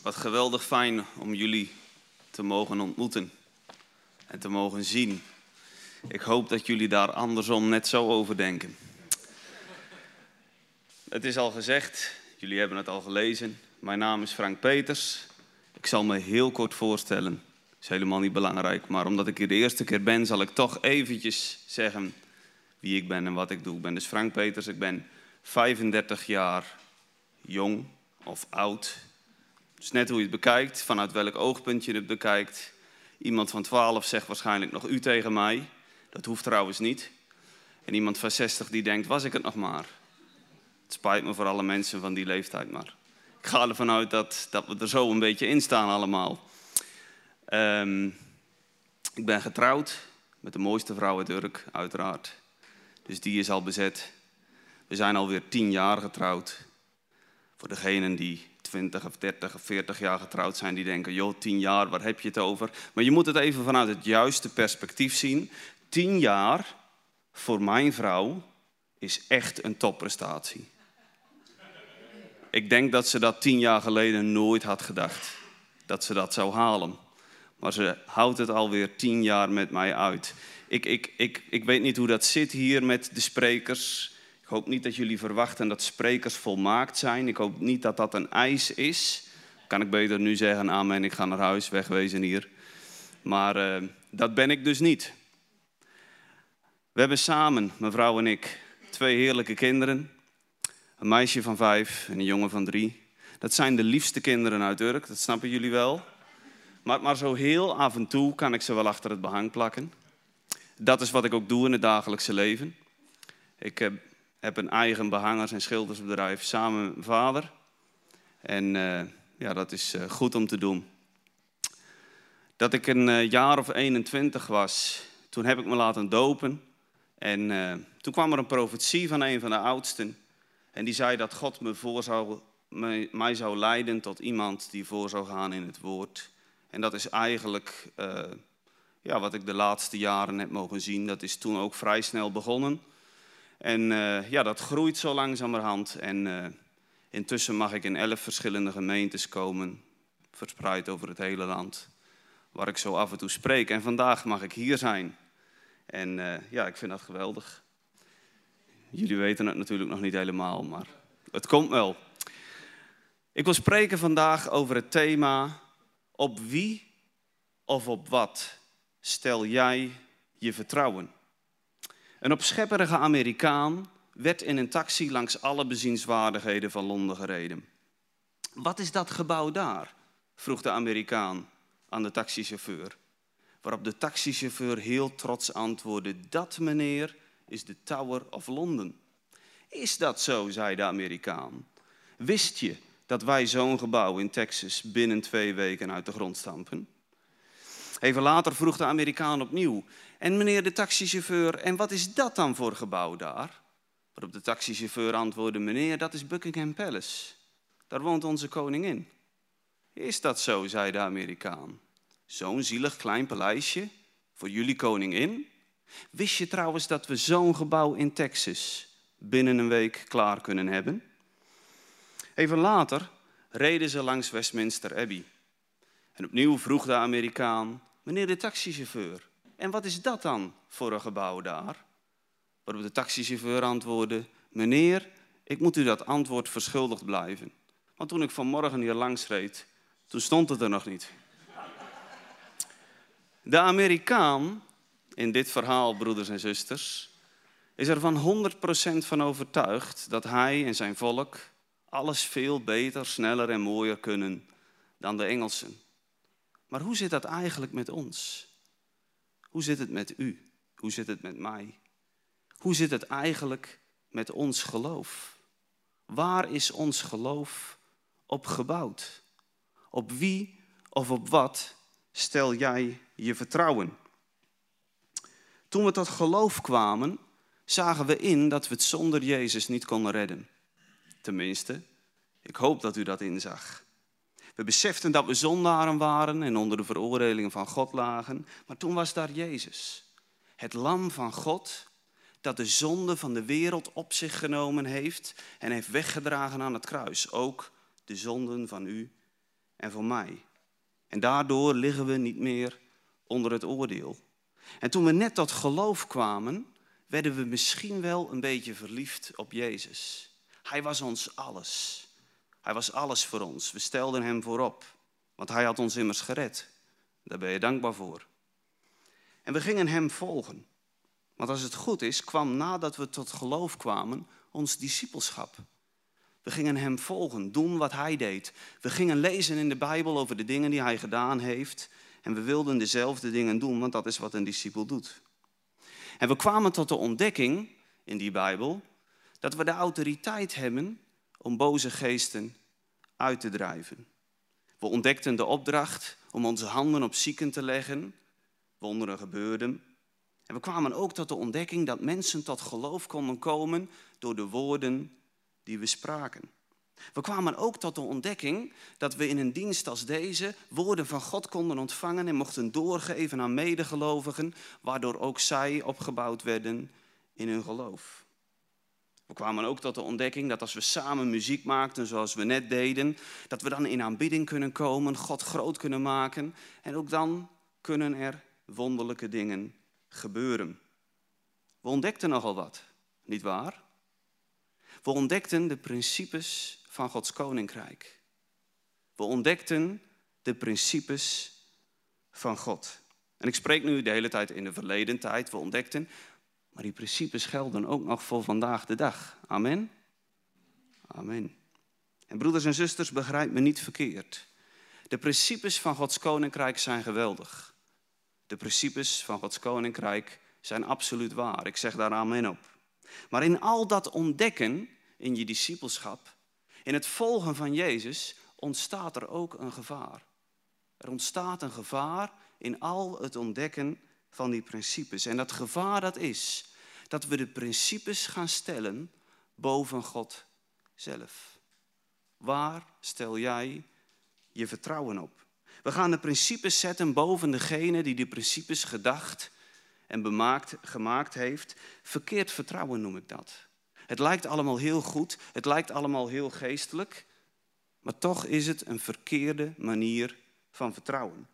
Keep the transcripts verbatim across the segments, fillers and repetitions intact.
Wat geweldig fijn om jullie te mogen ontmoeten en te mogen zien. Ik hoop dat jullie daar andersom net zo over denken. Het is al gezegd, jullie hebben het al gelezen. Mijn naam is Frank Peters. Ik zal me heel kort voorstellen. Dat is helemaal niet belangrijk, maar omdat ik hier de eerste keer ben, zal ik toch eventjes zeggen wie ik ben en wat ik doe. Ik ben dus Frank Peters, ik ben vijfendertig jaar jong of oud. Dus net hoe je het bekijkt, vanuit welk oogpunt je het bekijkt. Iemand van twaalf zegt waarschijnlijk nog u tegen mij. Dat hoeft trouwens niet. En iemand van zestig die denkt, was ik het nog maar. Het spijt me voor alle mensen van die leeftijd maar. Ik ga ervan uit dat, dat we er zo een beetje in staan allemaal. Um, ik ben getrouwd met de mooiste vrouw uit Urk, uiteraard. Dus die is al bezet. We zijn alweer tien jaar getrouwd. Voor degenen die twintig of dertig of veertig jaar getrouwd zijn, die denken, joh, tien jaar, waar heb je het over? Maar je moet het even vanuit het juiste perspectief zien. Tien jaar voor mijn vrouw is echt een topprestatie. Ik denk dat ze dat tien jaar geleden nooit had gedacht. Dat ze dat zou halen. Maar ze houdt het alweer tien jaar met mij uit. Ik, ik, ik, ik weet niet hoe dat zit hier met de sprekers. Ik hoop niet dat jullie verwachten dat sprekers volmaakt zijn. Ik hoop niet dat dat een eis is. Kan ik beter nu zeggen, amen, ik ga naar huis, wegwezen hier. Maar uh, dat ben ik dus niet. We hebben samen, mevrouw en ik, twee heerlijke kinderen. Een meisje van vijf en een jongen van drie. Dat zijn de liefste kinderen uit Urk, dat snappen jullie wel. Maar, maar zo heel af en toe kan ik ze wel achter het behang plakken. Dat is wat ik ook doe in het dagelijkse leven. Ik heb... Ik heb een eigen behangers- en schildersbedrijf samen met mijn vader. En uh, ja, dat is uh, goed om te doen. Dat ik een uh, jaar of eenentwintig was, toen heb ik me laten dopen. En uh, toen kwam er een profetie van een van de oudsten. En die zei dat God me voor zou, me, mij zou leiden tot iemand die voor zou gaan in het woord. En dat is eigenlijk uh, ja, wat ik de laatste jaren heb mogen zien. Dat is toen ook vrij snel begonnen. En uh, ja, dat groeit zo langzamerhand. En uh, intussen mag ik in elf verschillende gemeentes komen, verspreid over het hele land, waar ik zo af en toe spreek. En vandaag mag ik hier zijn. En uh, ja, ik vind dat geweldig. Jullie weten het natuurlijk nog niet helemaal, maar het komt wel. Ik wil spreken vandaag over het thema, op wie of op wat stel jij je vertrouwen? Een opschepperige Amerikaan werd in een taxi langs alle bezienswaardigheden van Londen gereden. Wat is dat gebouw daar? Vroeg de Amerikaan aan de taxichauffeur. Waarop de taxichauffeur heel trots antwoordde, dat meneer is de Tower of London. Is dat zo, zei de Amerikaan. Wist je dat wij zo'n gebouw in Texas binnen twee weken uit de grond stampen? Even later vroeg de Amerikaan opnieuw. En meneer de taxichauffeur, en wat is dat dan voor gebouw daar? Waarop de taxichauffeur antwoordde, meneer, dat is Buckingham Palace. Daar woont onze koningin. Is dat zo, zei de Amerikaan. Zo'n zielig klein paleisje voor jullie koningin? Wist je trouwens dat we zo'n gebouw in Texas binnen een week klaar kunnen hebben? Even later reden ze langs Westminster Abbey. En opnieuw vroeg de Amerikaan, meneer de taxichauffeur, en wat is dat dan voor een gebouw daar? Waarop de taxichauffeur antwoordde, meneer, ik moet u dat antwoord verschuldigd blijven. Want toen ik vanmorgen hier langs reed, toen stond het er nog niet. De Amerikaan, in dit verhaal, broeders en zusters, is er van honderd procent van overtuigd dat hij en zijn volk alles veel beter, sneller en mooier kunnen dan de Engelsen. Maar hoe zit dat eigenlijk met ons? Hoe zit het met u? Hoe zit het met mij? Hoe zit het eigenlijk met ons geloof? Waar is ons geloof op gebouwd? Op wie of op wat stel jij je vertrouwen? Toen we tot geloof kwamen, zagen we in dat we het zonder Jezus niet konden redden. Tenminste, ik hoop dat u dat inzag. We beseften dat we zondaren waren en onder de veroordelingen van God lagen. Maar toen was daar Jezus, het lam van God, dat de zonde van de wereld op zich genomen heeft en heeft weggedragen aan het kruis. Ook de zonden van u en voor mij. En daardoor liggen we niet meer onder het oordeel. En toen we net tot geloof kwamen, werden we misschien wel een beetje verliefd op Jezus. Hij was ons alles. Hij was alles voor ons. We stelden hem voorop, want hij had ons immers gered. Daar ben je dankbaar voor. En we gingen hem volgen. Want als het goed is, kwam nadat we tot geloof kwamen ons discipelschap. We gingen hem volgen, doen wat hij deed. We gingen lezen in de Bijbel over de dingen die hij gedaan heeft. En we wilden dezelfde dingen doen, want dat is wat een discipel doet. En we kwamen tot de ontdekking in die Bijbel dat we de autoriteit hebben om boze geesten uit te drijven. We ontdekten de opdracht om onze handen op zieken te leggen. Wonderen gebeurden. En we kwamen ook tot de ontdekking dat mensen tot geloof konden komen door de woorden die we spraken. We kwamen ook tot de ontdekking dat we in een dienst als deze woorden van God konden ontvangen en mochten doorgeven aan medegelovigen, waardoor ook zij opgebouwd werden in hun geloof. We kwamen ook tot de ontdekking dat als we samen muziek maakten zoals we net deden, dat we dan in aanbidding kunnen komen, God groot kunnen maken en ook dan kunnen er wonderlijke dingen gebeuren. We ontdekten nogal wat, niet waar? We ontdekten de principes van Gods koninkrijk. We ontdekten de principes van God. En ik spreek nu de hele tijd in de verleden tijd. We ontdekten, maar die principes gelden ook nog voor vandaag de dag. Amen? Amen. En broeders en zusters, begrijp me niet verkeerd. De principes van Gods koninkrijk zijn geweldig. De principes van Gods koninkrijk zijn absoluut waar. Ik zeg daar amen op. Maar in al dat ontdekken, in je discipelschap, in het volgen van Jezus, ontstaat er ook een gevaar. Er ontstaat een gevaar in al het ontdekken van die principes. En dat gevaar dat is dat we de principes gaan stellen boven God zelf. Waar stel jij je vertrouwen op? We gaan de principes zetten boven degene die de principes gedacht en bemaakt, gemaakt heeft. Verkeerd vertrouwen noem ik dat. Het lijkt allemaal heel goed, het lijkt allemaal heel geestelijk, maar toch is het een verkeerde manier van vertrouwen.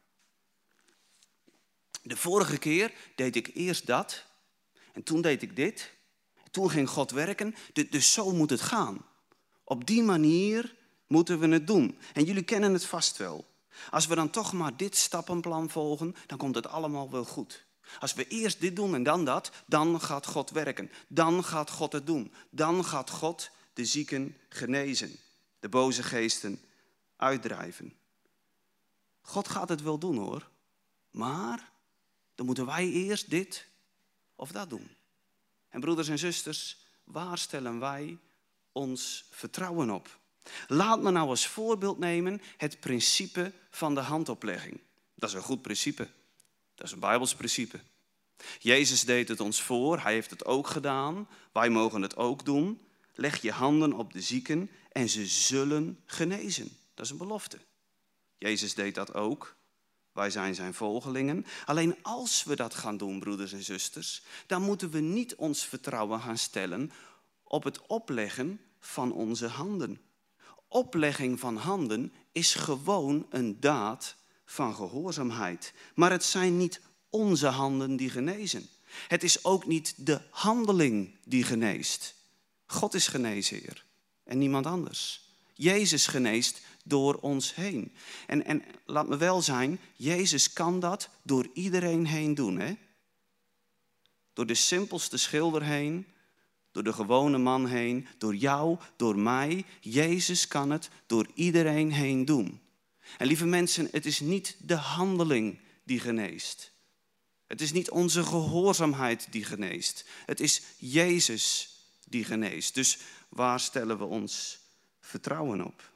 De vorige keer deed ik eerst dat en toen deed ik dit. Toen ging God werken, dus zo moet het gaan. Op die manier moeten we het doen. En jullie kennen het vast wel. Als we dan toch maar dit stappenplan volgen, dan komt het allemaal wel goed. Als we eerst dit doen en dan dat, dan gaat God werken. Dan gaat God het doen. Dan gaat God de zieken genezen. De boze geesten uitdrijven. God gaat het wel doen hoor. Maar dan moeten wij eerst dit of dat doen. En broeders en zusters, waar stellen wij ons vertrouwen op? Laat me nou als voorbeeld nemen het principe van de handoplegging. Dat is een goed principe. Dat is een Bijbels principe. Jezus deed het ons voor, hij heeft het ook gedaan. Wij mogen het ook doen. Leg je handen op de zieken en ze zullen genezen. Dat is een belofte. Jezus deed dat ook. Wij zijn zijn volgelingen. Alleen als we dat gaan doen, broeders en zusters, dan moeten we niet ons vertrouwen gaan stellen op het opleggen van onze handen. Oplegging van handen is gewoon een daad van gehoorzaamheid. Maar het zijn niet onze handen die genezen. Het is ook niet de handeling die geneest. God is geneesheer en niemand anders. Jezus geneest door ons heen. En, en laat me wel zijn, Jezus kan dat door iedereen heen doen. Hè? Door de simpelste schilder heen, door de gewone man heen, door jou, door mij. Jezus kan het door iedereen heen doen. En lieve mensen, het is niet de handeling die geneest. Het is niet onze gehoorzaamheid die geneest. Het is Jezus die geneest. Dus waar stellen we ons vertrouwen op?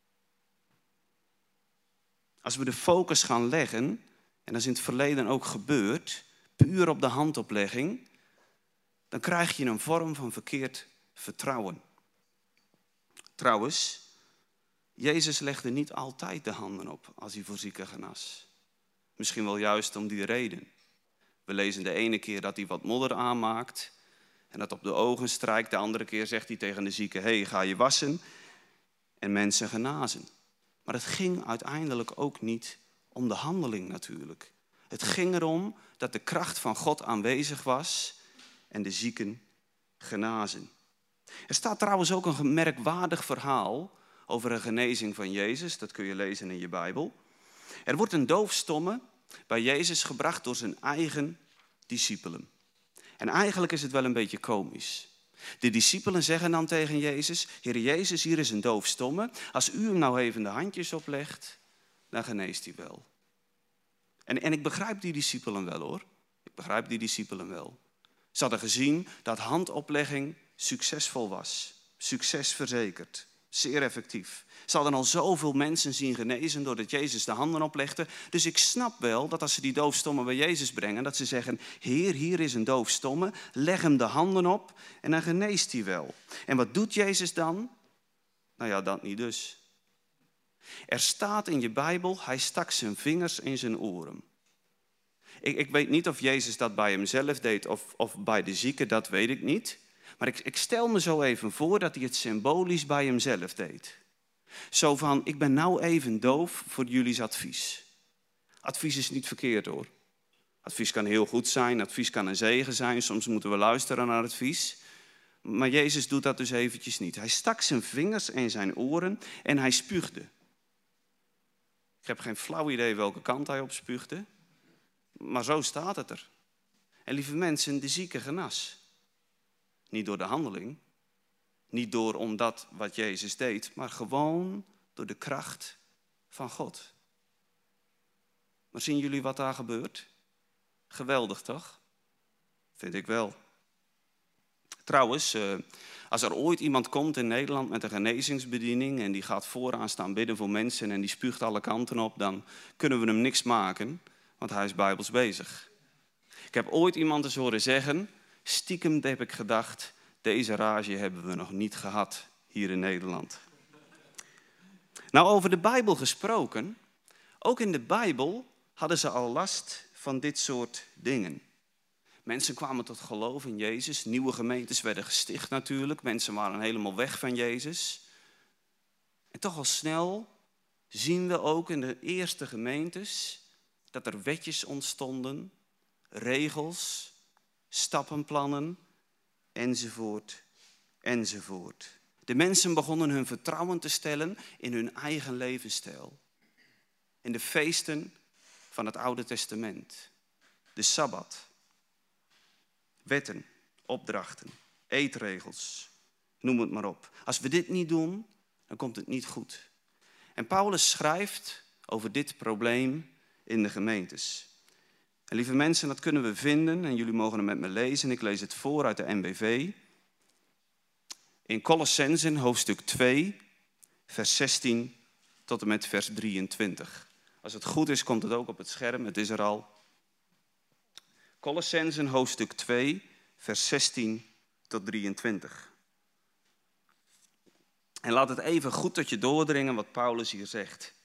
Als we de focus gaan leggen, en dat is in het verleden ook gebeurd, puur op de handoplegging, dan krijg je een vorm van verkeerd vertrouwen. Trouwens, Jezus legde niet altijd de handen op als hij voor zieken genas. Misschien wel juist om die reden. We lezen de ene keer dat hij wat modder aanmaakt en dat op de ogen strijkt. De andere keer zegt hij tegen de zieke, hé, hey, ga je wassen en mensen genazen. Maar het ging uiteindelijk ook niet om de handeling natuurlijk. Het ging erom dat de kracht van God aanwezig was en de zieken genazen. Er staat trouwens ook een merkwaardig verhaal over een genezing van Jezus. Dat kun je lezen in je Bijbel. Er wordt een doofstomme bij Jezus gebracht door zijn eigen discipelen. En eigenlijk is het wel een beetje komisch. De discipelen zeggen dan tegen Jezus: Heer Jezus, hier is een doofstomme. Als u hem nou even de handjes oplegt, dan geneest hij wel. En, en ik begrijp die discipelen wel hoor. Ik begrijp die discipelen wel. Ze hadden gezien dat handoplegging succesvol was. Succes verzekerd. Zeer effectief. Ze hadden al zoveel mensen zien genezen doordat Jezus de handen oplegde. Dus ik snap wel dat als ze die doofstomme bij Jezus brengen, dat ze zeggen: Heer, hier is een doofstomme. Leg hem de handen op en dan geneest hij wel. En wat doet Jezus dan? Nou ja, dat niet dus. Er staat in je Bijbel, hij stak zijn vingers in zijn oren. Ik, ik weet niet of Jezus dat bij hemzelf deed of, of bij de zieken, dat weet ik niet. Maar ik, ik stel me zo even voor dat hij het symbolisch bij hemzelf deed. Zo van, ik ben nou even doof voor jullie advies. Advies is niet verkeerd hoor. Advies kan heel goed zijn, advies kan een zegen zijn. Soms moeten we luisteren naar advies. Maar Jezus doet dat dus eventjes niet. Hij stak zijn vingers in zijn oren en hij spuugde. Ik heb geen flauw idee welke kant hij op spuugde. Maar zo staat het er. En lieve mensen, de zieke genas. Niet door de handeling. Niet door omdat wat Jezus deed. Maar gewoon door de kracht van God. Maar zien jullie wat daar gebeurt? Geweldig toch? Vind ik wel. Trouwens, als er ooit iemand komt in Nederland met een genezingsbediening en die gaat vooraan staan bidden voor mensen en die spuugt alle kanten op, dan kunnen we hem niks maken, want hij is bijbels bezig. Ik heb ooit iemand eens horen zeggen, stiekem heb ik gedacht, deze rage hebben we nog niet gehad hier in Nederland. Nou, over de Bijbel gesproken, ook in de Bijbel hadden ze al last van dit soort dingen. Mensen kwamen tot geloof in Jezus. Nieuwe gemeentes werden gesticht natuurlijk. Mensen waren helemaal weg van Jezus. En toch al snel zien we ook in de eerste gemeentes dat er wetjes ontstonden, regels, stappenplannen, enzovoort, enzovoort. De mensen begonnen hun vertrouwen te stellen in hun eigen levensstijl. In de feesten van het Oude Testament. De Sabbat. Wetten, opdrachten, eetregels, noem het maar op. Als we dit niet doen, dan komt het niet goed. En Paulus schrijft over dit probleem in de gemeentes. En lieve mensen, dat kunnen we vinden en jullie mogen het met me lezen. Ik lees het voor uit de N B V. In Colossenzen hoofdstuk twee, vers zestien tot en met vers drieëntwintig. Als het goed is, komt het ook op het scherm. Het is er al. Colossenzen hoofdstuk twee, vers zestien tot drieëntwintig. En laat het even goed tot je doordringen wat Paulus hier zegt.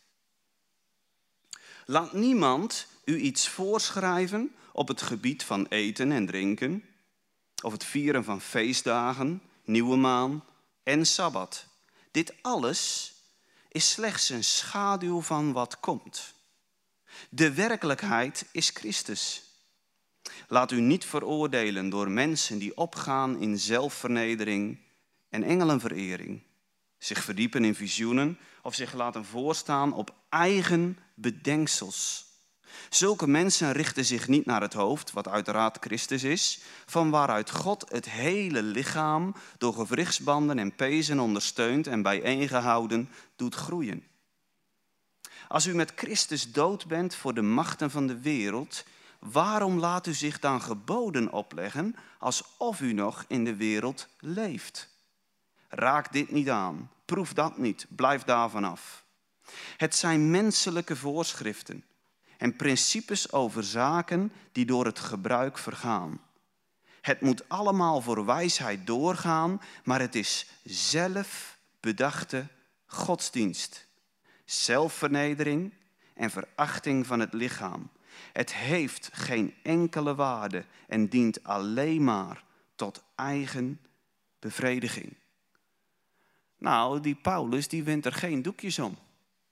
Laat niemand u iets voorschrijven op het gebied van eten en drinken, of het vieren van feestdagen, nieuwe maan en Sabbat. Dit alles is slechts een schaduw van wat komt. De werkelijkheid is Christus. Laat u niet veroordelen door mensen die opgaan in zelfvernedering en engelenverering, zich verdiepen in visioenen of zich laten voorstaan op eigen bedenksels. Zulke mensen richten zich niet naar het hoofd, wat uiteraard Christus is, van waaruit God het hele lichaam door gewrichtsbanden en pezen ondersteunt en bijeengehouden doet groeien. Als u met Christus dood bent voor de machten van de wereld, waarom laat u zich dan geboden opleggen alsof u nog in de wereld leeft? Raak dit niet aan, proef dat niet, blijf daarvan af. Het zijn menselijke voorschriften en principes over zaken die door het gebruik vergaan. Het moet allemaal voor wijsheid doorgaan, maar het is zelfbedachte godsdienst. Zelfvernedering en verachting van het lichaam. Het heeft geen enkele waarde en dient alleen maar tot eigen bevrediging. Nou, die Paulus die wint er geen doekjes om.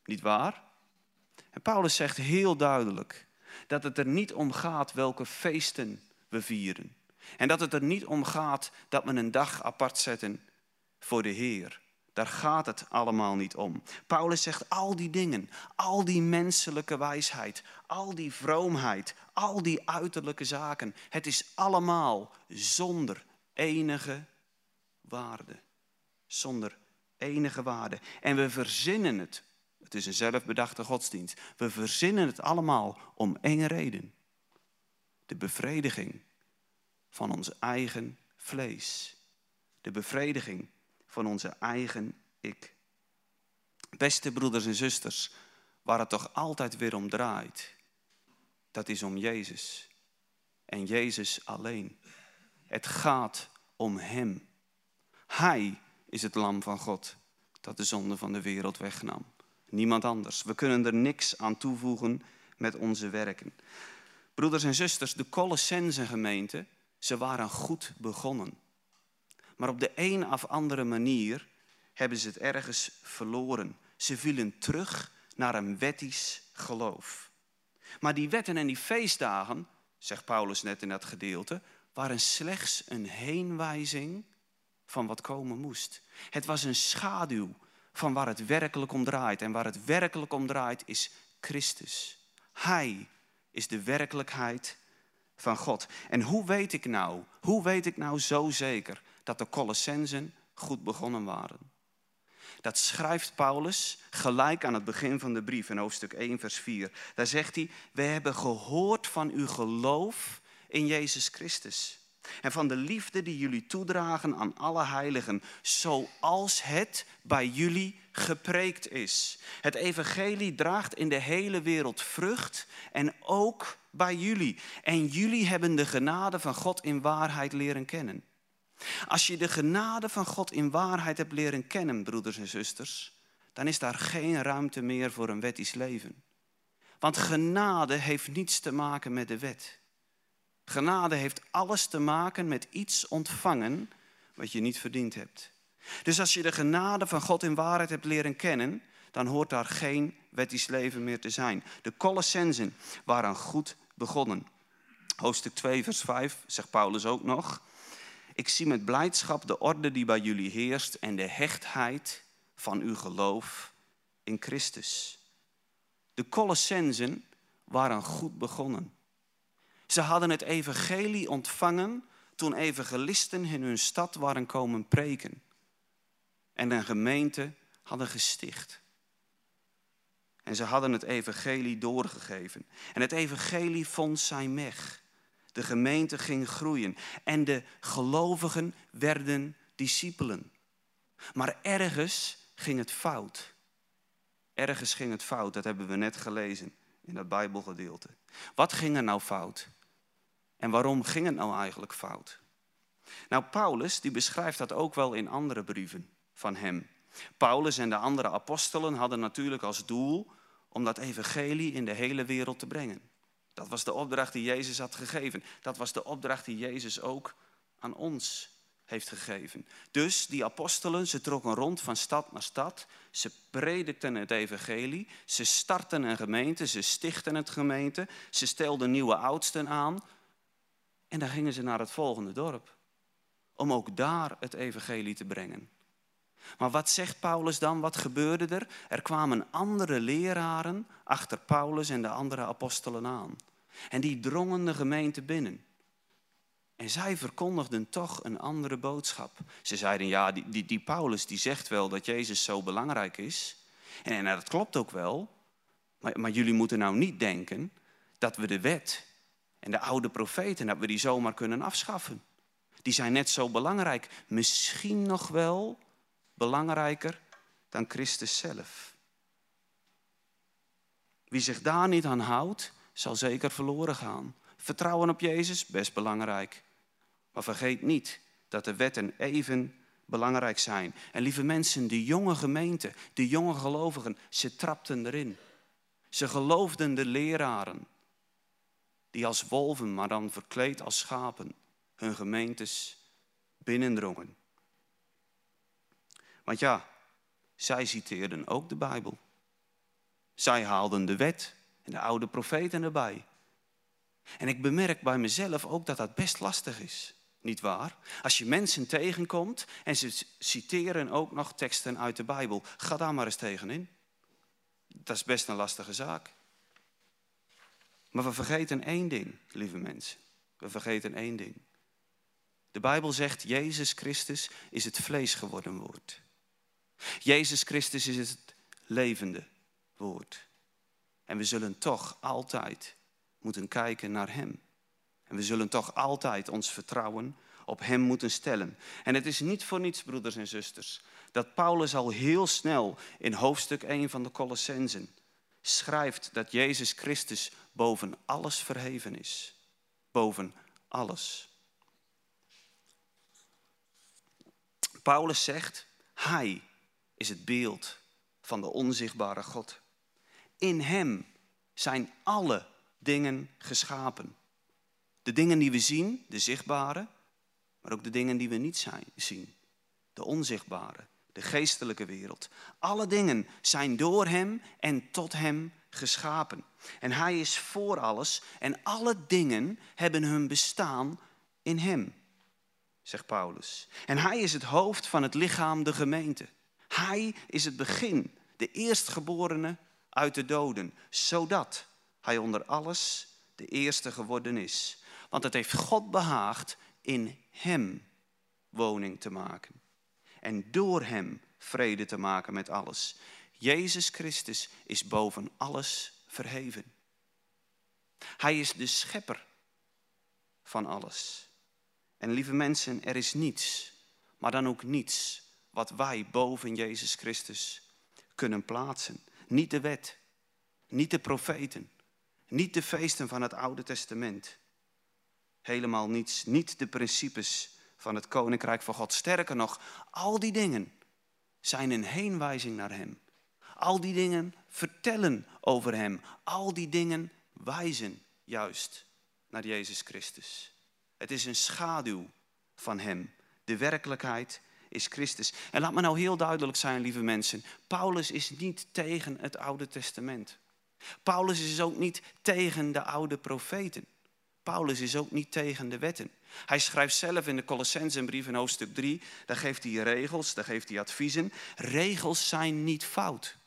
Niet waar? En Paulus zegt heel duidelijk dat het er niet om gaat welke feesten we vieren. En dat het er niet om gaat dat we een dag apart zetten voor de Heer. Daar gaat het allemaal niet om. Paulus zegt al die dingen, al die menselijke wijsheid, al die vroomheid, al die uiterlijke zaken. Het is allemaal zonder enige waarde. Zonder enige waarde. En we verzinnen het. Het is een zelfbedachte godsdienst. We verzinnen het allemaal om één reden. De bevrediging van ons eigen vlees. De bevrediging van onze eigen ik. Beste broeders en zusters, waar het toch altijd weer om draait, dat is om Jezus. En Jezus alleen. Het gaat om Hem. Hij is het lam van God dat de zonde van de wereld wegnam. Niemand anders. We kunnen er niks aan toevoegen met onze werken. Broeders en zusters, de Colossense gemeente, ze waren goed begonnen. Maar op de een of andere manier hebben ze het ergens verloren. Ze vielen terug naar een wettisch geloof. Maar die wetten en die feestdagen, zegt Paulus net in dat gedeelte, waren slechts een heenwijzing van wat komen moest. Het was een schaduw van waar het werkelijk om draait. En waar het werkelijk om draait is Christus. Hij is de werkelijkheid van God. En hoe weet ik nou, hoe weet ik nou zo zeker dat de Colossensen goed begonnen waren? Dat schrijft Paulus gelijk aan het begin van de brief in hoofdstuk één vers vier. Daar zegt hij, we hebben gehoord van uw geloof in Jezus Christus. En van de liefde die jullie toedragen aan alle heiligen, zoals het bij jullie gepreekt is. Het evangelie draagt in de hele wereld vrucht en ook bij jullie. En jullie hebben de genade van God in waarheid leren kennen. Als je de genade van God in waarheid hebt leren kennen, broeders en zusters, dan is daar geen ruimte meer voor een wettisch leven. Want genade heeft niets te maken met de wet. Genade heeft alles te maken met iets ontvangen wat je niet verdiend hebt. Dus als je de genade van God in waarheid hebt leren kennen, dan hoort daar geen wettisch leven meer te zijn. De Colossensen waren goed begonnen. Hoofdstuk twee vers vijf zegt Paulus ook nog. Ik zie met blijdschap de orde die bij jullie heerst en de hechtheid van uw geloof in Christus. De Colossensen waren goed begonnen. Ze hadden het evangelie ontvangen toen evangelisten in hun stad waren komen preken. En een gemeente hadden gesticht. En ze hadden het evangelie doorgegeven. En het evangelie vond zijn weg. De gemeente ging groeien. En de gelovigen werden discipelen. Maar ergens ging het fout. Ergens ging het fout, dat hebben we net gelezen in dat Bijbelgedeelte. Wat ging er nou fout? En waarom ging het nou eigenlijk fout? Nou, Paulus die beschrijft dat ook wel in andere brieven van hem. Paulus en de andere apostelen hadden natuurlijk als doel om dat evangelie in de hele wereld te brengen. Dat was de opdracht die Jezus had gegeven. Dat was de opdracht die Jezus ook aan ons heeft gegeven. Dus die apostelen, ze trokken rond van stad naar stad. Ze predikten het evangelie. Ze startten een gemeente. Ze stichtten het gemeente. Ze stelden nieuwe oudsten aan. En dan gingen ze naar het volgende dorp. Om ook daar het evangelie te brengen. Maar wat zegt Paulus dan? Wat gebeurde er? Er kwamen andere leraren achter Paulus en de andere apostelen aan. En die drongen de gemeente binnen. En zij verkondigden toch een andere boodschap. Ze zeiden, ja, die, die, die Paulus die zegt wel dat Jezus zo belangrijk is. En, en dat klopt ook wel. Maar, maar jullie moeten nou niet denken dat we de wet en de oude profeten, dat we die zomaar kunnen afschaffen. Die zijn net zo belangrijk. Misschien nog wel belangrijker dan Christus zelf. Wie zich daar niet aan houdt, zal zeker verloren gaan. Vertrouwen op Jezus, best belangrijk. Maar vergeet niet dat de wetten even belangrijk zijn. En lieve mensen, de jonge gemeente, de jonge gelovigen, ze trapten erin. Ze geloofden de leraren, die als wolven, maar dan verkleed als schapen, hun gemeentes binnendrongen. Want ja, zij citeerden ook de Bijbel. Zij haalden de wet en de oude profeten erbij. En ik bemerk bij mezelf ook dat dat best lastig is. Niet waar? Als je mensen tegenkomt en ze citeren ook nog teksten uit de Bijbel. Ga daar maar eens tegenin. Dat is best een lastige zaak. Maar we vergeten één ding, lieve mensen. We vergeten één ding. De Bijbel zegt, Jezus Christus is het vlees geworden woord. Jezus Christus is het levende woord. En we zullen toch altijd moeten kijken naar hem. En we zullen toch altijd ons vertrouwen op hem moeten stellen. En het is niet voor niets, broeders en zusters, dat Paulus al heel snel in hoofdstuk één van de Colossenzen schrijft dat Jezus Christus boven alles verheven is. Boven alles. Paulus zegt, hij is het beeld van de onzichtbare God. In hem zijn alle dingen geschapen. De dingen die we zien, de zichtbare, maar ook de dingen die we niet zijn, zien. De onzichtbare, de geestelijke wereld. Alle dingen zijn door hem en tot hem geschapen. En hij is voor alles en alle dingen hebben hun bestaan in hem, zegt Paulus. En hij is het hoofd van het lichaam, de gemeente. Hij is het begin, de eerstgeborene uit de doden, zodat hij onder alles de eerste geworden is. Want het heeft God behaagd in hem woning te maken. En door hem vrede te maken met alles. Jezus Christus is boven alles verheven. Hij is de schepper van alles. En lieve mensen, er is niets, maar dan ook niets wat wij boven Jezus Christus kunnen plaatsen. Niet de wet, niet de profeten, niet de feesten van het Oude Testament. Helemaal niets, niet de principes van het Koninkrijk van God. Sterker nog, al die dingen zijn een heenwijzing naar hem. Al die dingen vertellen over hem. Al die dingen wijzen juist naar Jezus Christus. Het is een schaduw van hem. De werkelijkheid is Christus. En laat me nou heel duidelijk zijn, lieve mensen. Paulus is niet tegen het Oude Testament. Paulus is ook niet tegen de oude profeten. Paulus is ook niet tegen de wetten. Hij schrijft zelf in de Colossenzenbrief in hoofdstuk drie, daar geeft hij regels, daar geeft hij adviezen. Regels zijn niet fout.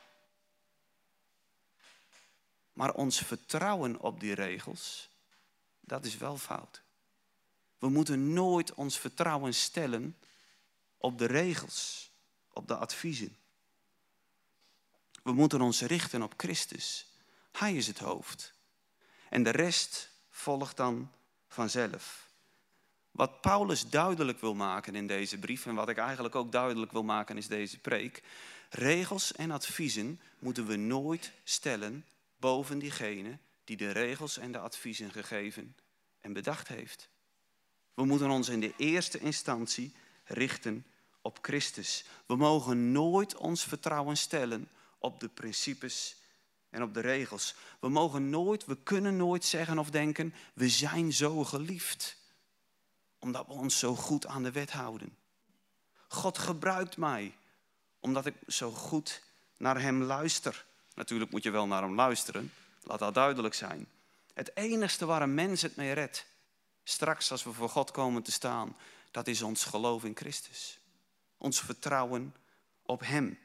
Maar ons vertrouwen op die regels, dat is wel fout. We moeten nooit ons vertrouwen stellen op de regels, op de adviezen. We moeten ons richten op Christus. Hij is het hoofd. En de rest volgt dan vanzelf. Wat Paulus duidelijk wil maken in deze brief, en wat ik eigenlijk ook duidelijk wil maken is deze preek. Regels en adviezen moeten we nooit stellen boven diegene die de regels en de adviezen gegeven en bedacht heeft. We moeten ons in de eerste instantie richten op Christus. We mogen nooit ons vertrouwen stellen op de principes en op de regels. We mogen nooit, we kunnen nooit zeggen of denken, we zijn zo geliefd. Omdat we ons zo goed aan de wet houden. God gebruikt mij, omdat ik zo goed naar hem luister. Natuurlijk moet je wel naar hem luisteren, laat dat duidelijk zijn. Het enigste waar een mens het mee redt, straks als we voor God komen te staan, dat is ons geloof in Christus. Ons vertrouwen op hem.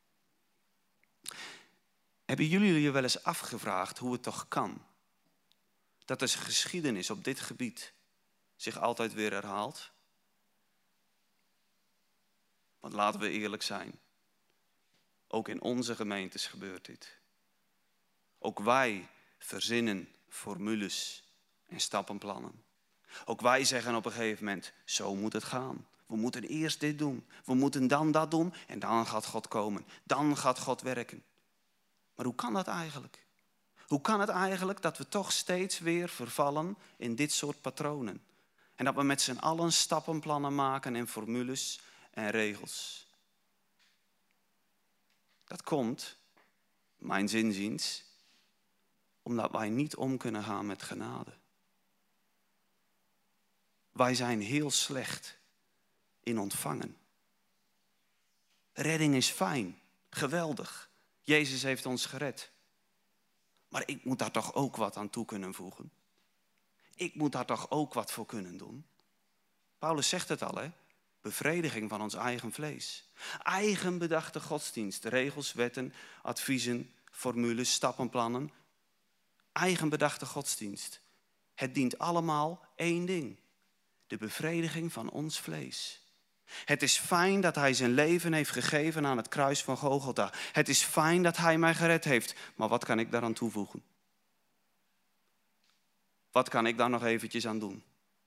Hebben jullie je wel eens afgevraagd hoe het toch kan dat de geschiedenis op dit gebied zich altijd weer herhaalt? Want laten we eerlijk zijn, ook in onze gemeentes gebeurt dit. Ook wij verzinnen formules en stappenplannen. Ook wij zeggen op een gegeven moment, zo moet het gaan. We moeten eerst dit doen, we moeten dan dat doen en dan gaat God komen. Dan gaat God werken. Maar hoe kan dat eigenlijk? Hoe kan het eigenlijk dat we toch steeds weer vervallen in dit soort patronen? En dat we met z'n allen stappenplannen maken en formules en regels. Dat komt, mijn zinziens, omdat wij niet om kunnen gaan met genade. Wij zijn heel slecht in ontvangen. Redding is fijn, geweldig. Jezus heeft ons gered. Maar ik moet daar toch ook wat aan toe kunnen voegen. Ik moet daar toch ook wat voor kunnen doen. Paulus zegt het al, hè? Bevrediging van ons eigen vlees. Eigen bedachte godsdienst. Regels, wetten, adviezen, formules, stappenplannen. Eigen bedachte godsdienst. Het dient allemaal één ding. De bevrediging van ons vlees. Het is fijn dat hij zijn leven heeft gegeven aan het kruis van Golgotha. Het is fijn dat hij mij gered heeft. Maar wat kan ik daaraan toevoegen? Wat kan ik daar nog eventjes aan doen?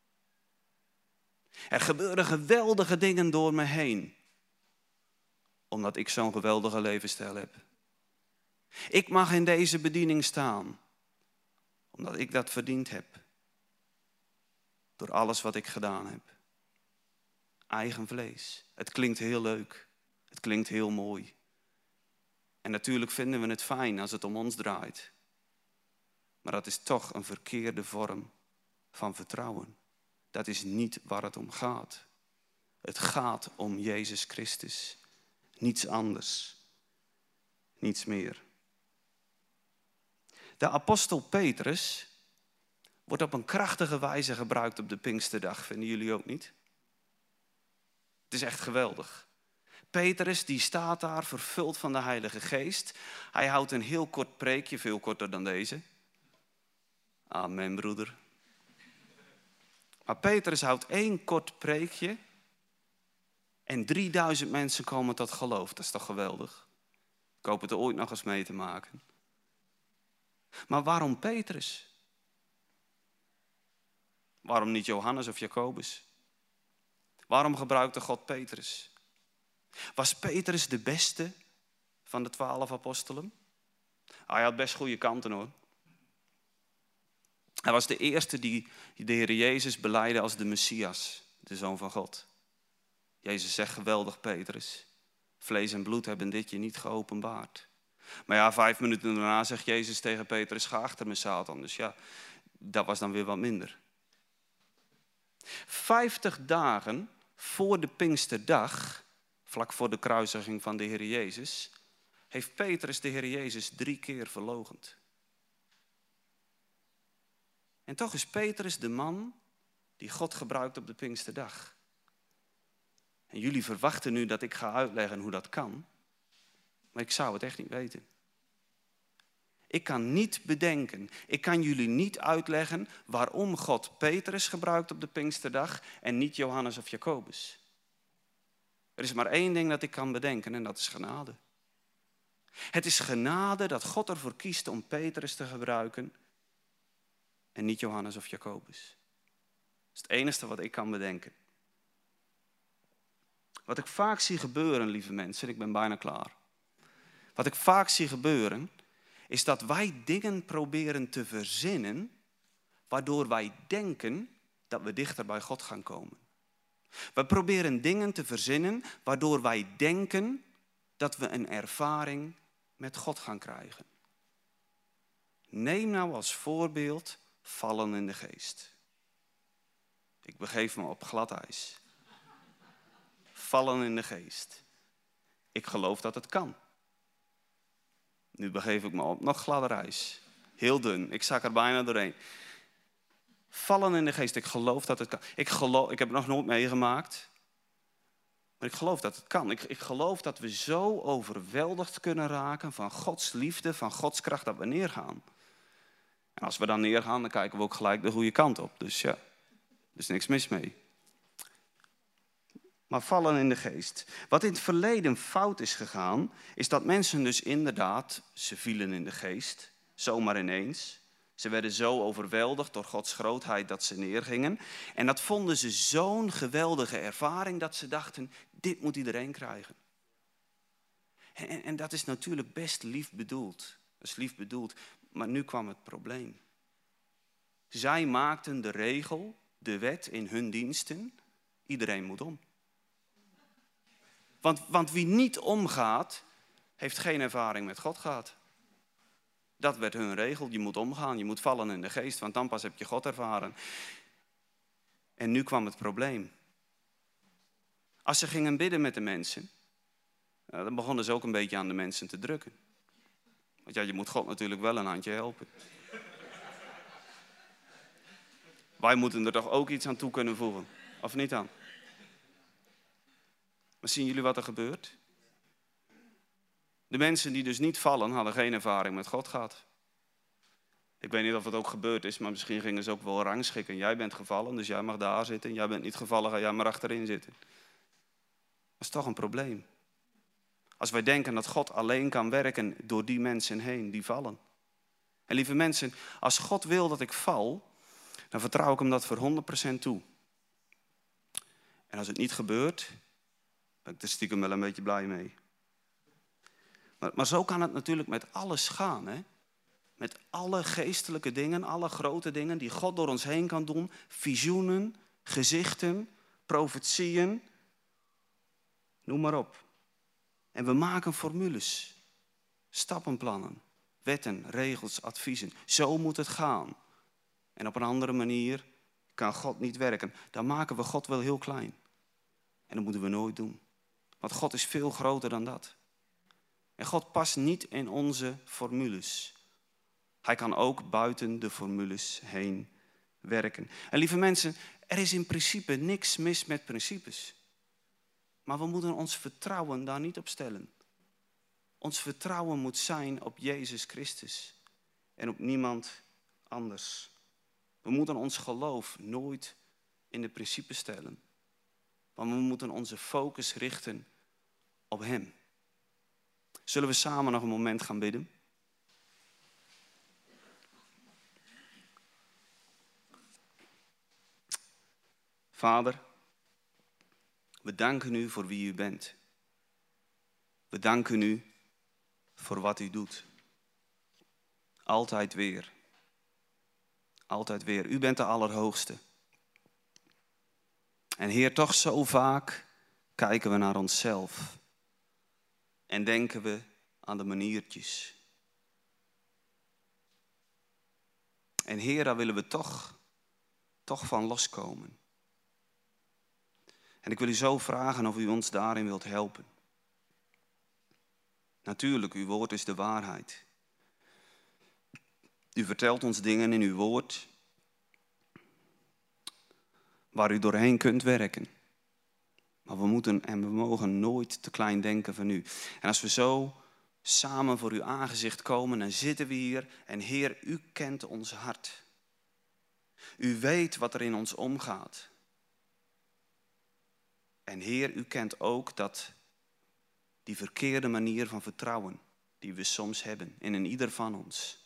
Er gebeuren geweldige dingen door me heen. Omdat ik zo'n geweldige levensstijl heb. Ik mag in deze bediening staan. Omdat ik dat verdiend heb. Door alles wat ik gedaan heb. Eigen vlees. Het klinkt heel leuk. Het klinkt heel mooi. En natuurlijk vinden we het fijn als het om ons draait. Maar dat is toch een verkeerde vorm van vertrouwen. Dat is niet waar het om gaat. Het gaat om Jezus Christus. Niets anders. Niets meer. De apostel Petrus wordt op een krachtige wijze gebruikt op de Pinksterdag. Vinden jullie ook niet? Het is echt geweldig. Petrus die staat daar vervuld van de Heilige Geest. Hij houdt een heel kort preekje, veel korter dan deze. Amen, broeder. Maar Petrus houdt één kort preekje en drieduizend mensen komen tot geloof. Dat is toch geweldig? Ik hoop het er ooit nog eens mee te maken. Maar waarom Petrus? Waarom niet Johannes of Jacobus? Waarom gebruikte God Petrus? Was Petrus de beste van de twaalf apostelen? Hij had best goede kanten hoor. Hij was de eerste die de Heer Jezus belijden als de Messias, de Zoon van God. Jezus zegt geweldig Petrus, vlees en bloed hebben dit je niet geopenbaard. Maar ja, vijf minuten daarna zegt Jezus tegen Petrus, ga achter me Satan. Dus ja, dat was dan weer wat minder. Vijftig dagen voor de Pinksterdag, vlak voor de kruisiging van de Heer Jezus, heeft Petrus de Heer Jezus drie keer verloochend. En toch is Petrus de man die God gebruikt op de Pinksterdag. En jullie verwachten nu dat ik ga uitleggen hoe dat kan. Maar ik zou het echt niet weten. Ik kan niet bedenken, ik kan jullie niet uitleggen waarom God Petrus gebruikt op de Pinksterdag en niet Johannes of Jacobus. Er is maar één ding dat ik kan bedenken en dat is genade. Het is genade dat God ervoor kiest om Petrus te gebruiken en niet Johannes of Jacobus. Dat is het enige wat ik kan bedenken. Wat ik vaak zie gebeuren, lieve mensen, ik ben bijna klaar. Wat ik vaak zie gebeuren, is dat wij dingen proberen te verzinnen, waardoor wij denken dat we dichter bij God gaan komen. We proberen dingen te verzinnen, waardoor wij denken dat we een ervaring met God gaan krijgen. Neem nou als voorbeeld vallen in de geest. Ik begeef me op glad ijs. Vallen in de geest. Ik geloof dat het kan. Nu begeef ik me op nog gladder ijs. Heel dun, ik zak er bijna doorheen. Vallen in de geest, ik geloof dat het kan. Ik, geloof, ik heb het nog nooit meegemaakt. Maar ik geloof dat het kan. Ik, ik geloof dat we zo overweldigd kunnen raken van Gods liefde, van Gods kracht, dat we neergaan. En als we dan neergaan, dan kijken we ook gelijk de goede kant op. Dus ja, er is niks mis mee. Maar vallen in de geest. Wat in het verleden fout is gegaan, is dat mensen dus inderdaad, ze vielen in de geest, zomaar ineens. Ze werden zo overweldigd door Gods grootheid dat ze neergingen. En dat vonden ze zo'n geweldige ervaring dat ze dachten, dit moet iedereen krijgen. En, en, en dat is natuurlijk best lief bedoeld. Dat is lief bedoeld, maar nu kwam het probleem. Zij maakten de regel, de wet in hun diensten, iedereen moet om. Want, want wie niet omgaat, heeft geen ervaring met God gehad. Dat werd hun regel. Je moet omgaan, je moet vallen in de geest, want dan pas heb je God ervaren. En nu kwam het probleem. Als ze gingen bidden met de mensen, dan begonnen ze ook een beetje aan de mensen te drukken. Want ja, je moet God natuurlijk wel een handje helpen. Wij moeten er toch ook iets aan toe kunnen voegen, of niet dan? Maar zien jullie wat er gebeurt? De mensen die dus niet vallen, hadden geen ervaring met God gehad. Ik weet niet of het ook gebeurd is, maar misschien gingen ze ook wel rangschikken. Jij bent gevallen, dus jij mag daar zitten. Jij bent niet gevallen, ga jij maar achterin zitten. Dat is toch een probleem. Als wij denken dat God alleen kan werken door die mensen heen die vallen. En lieve mensen, als God wil dat ik val, dan vertrouw ik hem dat voor honderd procent toe. En als het niet gebeurt, ben ik er stiekem wel een beetje blij mee. Maar, maar zo kan het natuurlijk met alles gaan, hè? Met alle geestelijke dingen, alle grote dingen die God door ons heen kan doen. Visioenen, gezichten, profetieën, noem maar op. En we maken formules, stappenplannen, wetten, regels, adviezen. Zo moet het gaan. En op een andere manier kan God niet werken. Dan maken we God wel heel klein. En dat moeten we nooit doen. Want God is veel groter dan dat. En God past niet in onze formules. Hij kan ook buiten de formules heen werken. En lieve mensen, er is in principe niks mis met principes. Maar we moeten ons vertrouwen daar niet op stellen. Ons vertrouwen moet zijn op Jezus Christus en op niemand anders. We moeten ons geloof nooit in de principes stellen. Maar we moeten onze focus richten op Hem. Zullen we samen nog een moment gaan bidden? Vader, we danken u voor wie u bent. We danken u voor wat u doet. Altijd weer. Altijd weer. U bent de Allerhoogste. En Heer, toch zo vaak kijken we naar onszelf. En denken we aan de maniertjes. En Heer, daar willen we toch, toch van loskomen. En ik wil u zo vragen of u ons daarin wilt helpen. Natuurlijk, uw woord is de waarheid. U vertelt ons dingen in uw woord waar u doorheen kunt werken. Maar we moeten en we mogen nooit te klein denken van u. En als we zo samen voor uw aangezicht komen, dan zitten we hier en Heer, u kent ons hart. U weet wat er in ons omgaat. En Heer, u kent ook dat die verkeerde manier van vertrouwen die we soms hebben in een ieder van ons.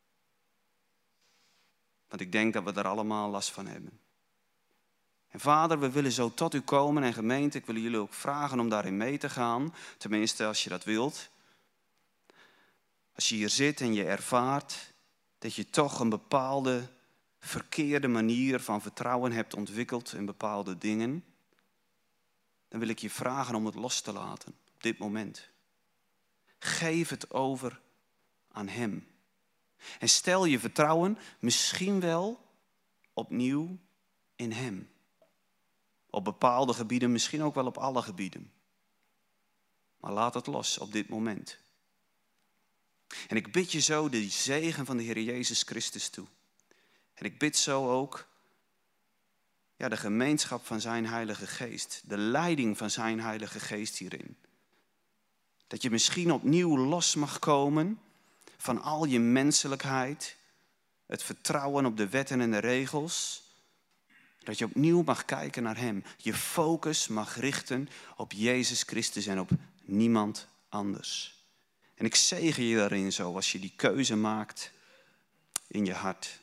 Want ik denk dat we er allemaal last van hebben. En Vader, we willen zo tot u komen en gemeente, ik wil jullie ook vragen om daarin mee te gaan. Tenminste, als je dat wilt. Als je hier zit en je ervaart dat je toch een bepaalde verkeerde manier van vertrouwen hebt ontwikkeld in bepaalde dingen, dan wil ik je vragen om het los te laten op dit moment. Geef het over aan Hem. En stel je vertrouwen misschien wel opnieuw in Hem. Op bepaalde gebieden, misschien ook wel op alle gebieden. Maar laat het los op dit moment. En ik bid je zo de zegen van de Heer Jezus Christus toe. En ik bid zo ook ja, de gemeenschap van zijn Heilige Geest. De leiding van zijn Heilige Geest hierin. Dat je misschien opnieuw los mag komen van al je menselijkheid. Het vertrouwen op de wetten en de regels. Dat je opnieuw mag kijken naar Hem. Je focus mag richten op Jezus Christus en op niemand anders. En ik zegen je daarin zo als je die keuze maakt in je hart.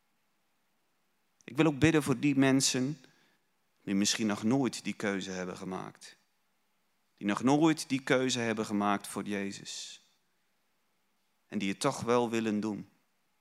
Ik wil ook bidden voor die mensen die misschien nog nooit die keuze hebben gemaakt. Die nog nooit die keuze hebben gemaakt voor Jezus. En die het toch wel willen doen.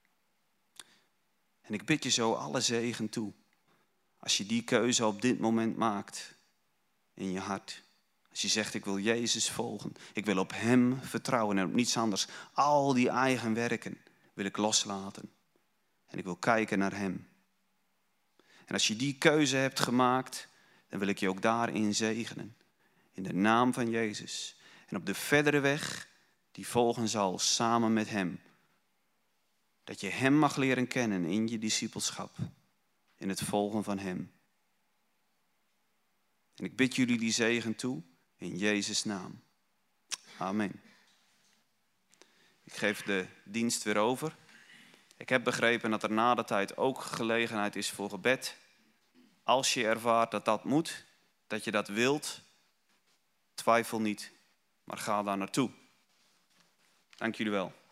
En ik bid je zo alle zegen toe. Als je die keuze op dit moment maakt in je hart. Als je zegt, ik wil Jezus volgen. Ik wil op Hem vertrouwen en op niets anders. Al die eigen werken wil ik loslaten. En ik wil kijken naar Hem. En als je die keuze hebt gemaakt, dan wil ik je ook daarin zegenen. In de naam van Jezus. En op de verdere weg die volgen zal samen met hem. Dat je hem mag leren kennen in je discipelschap, in het volgen van hem. En ik bid jullie die zegen toe in Jezus' naam. Amen. Ik geef de dienst weer over. Ik heb begrepen dat er na de tijd ook gelegenheid is voor gebed. Als je ervaart dat dat moet, dat je dat wilt, twijfel niet, maar ga daar naartoe. Dank jullie wel.